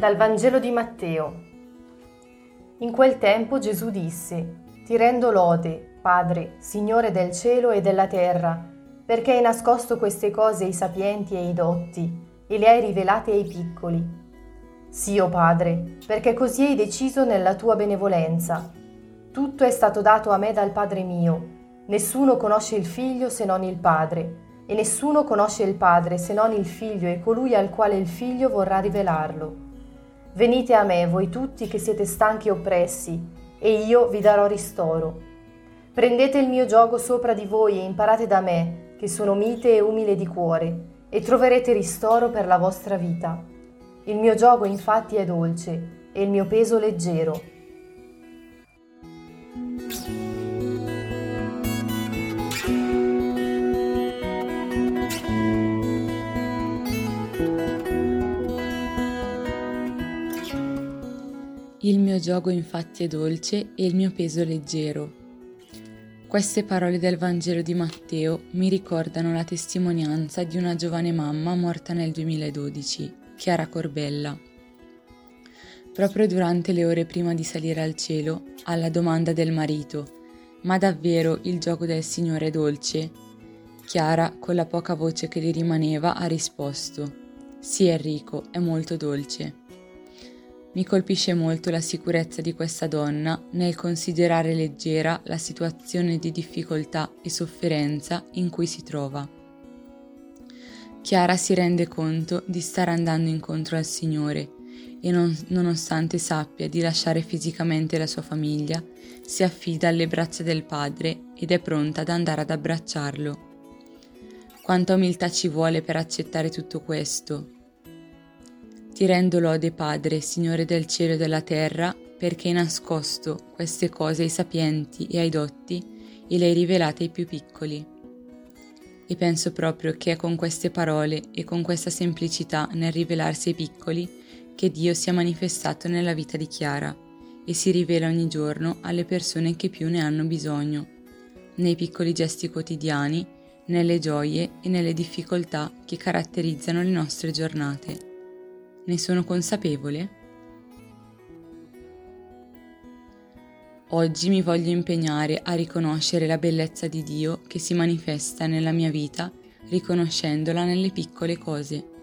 Dal Vangelo di Matteo. In quel tempo Gesù disse: Ti rendo lode, Padre, Signore del cielo e della terra, perché hai nascosto queste cose ai sapienti e ai dotti, e le hai rivelate ai piccoli. Sì, o Padre, perché così hai deciso nella tua benevolenza. Tutto è stato dato a me dal Padre mio. Nessuno conosce il Figlio se non il Padre, e nessuno conosce il Padre se non il Figlio e colui al quale il Figlio vorrà rivelarlo. Venite a me, voi tutti che siete stanchi e oppressi, e io vi darò ristoro. Prendete il mio giogo sopra di voi e imparate da me, che sono mite e umile di cuore, e troverete ristoro per la vostra vita. Il mio giogo infatti è dolce, e il mio peso leggero. Il mio giogo infatti è dolce e il mio peso leggero. Queste parole del Vangelo di Matteo mi ricordano la testimonianza di una giovane mamma morta nel 2012, Chiara Corbella. Proprio durante le ore prima di salire al cielo, alla domanda del marito: «Ma davvero il giogo del Signore è dolce?», Chiara, con la poca voce che le rimaneva, ha risposto: «Sì, Enrico, è molto dolce». Mi colpisce molto la sicurezza di questa donna nel considerare leggera la situazione di difficoltà e sofferenza in cui si trova. Chiara si rende conto di stare andando incontro al Signore e nonostante sappia di lasciare fisicamente la sua famiglia, si affida alle braccia del Padre ed è pronta ad andare ad abbracciarlo. Quanta umiltà ci vuole per accettare tutto questo! Ti rendo lode, Padre, Signore del cielo e della terra, perché hai nascosto queste cose ai sapienti e ai dotti e le hai rivelate ai più piccoli. E penso proprio che è con queste parole e con questa semplicità nel rivelarsi ai piccoli che Dio si è manifestato nella vita di Chiara e si rivela ogni giorno alle persone che più ne hanno bisogno, nei piccoli gesti quotidiani, nelle gioie e nelle difficoltà che caratterizzano le nostre giornate. Ne sono consapevole? Oggi mi voglio impegnare a riconoscere la bellezza di Dio che si manifesta nella mia vita, riconoscendola nelle piccole cose.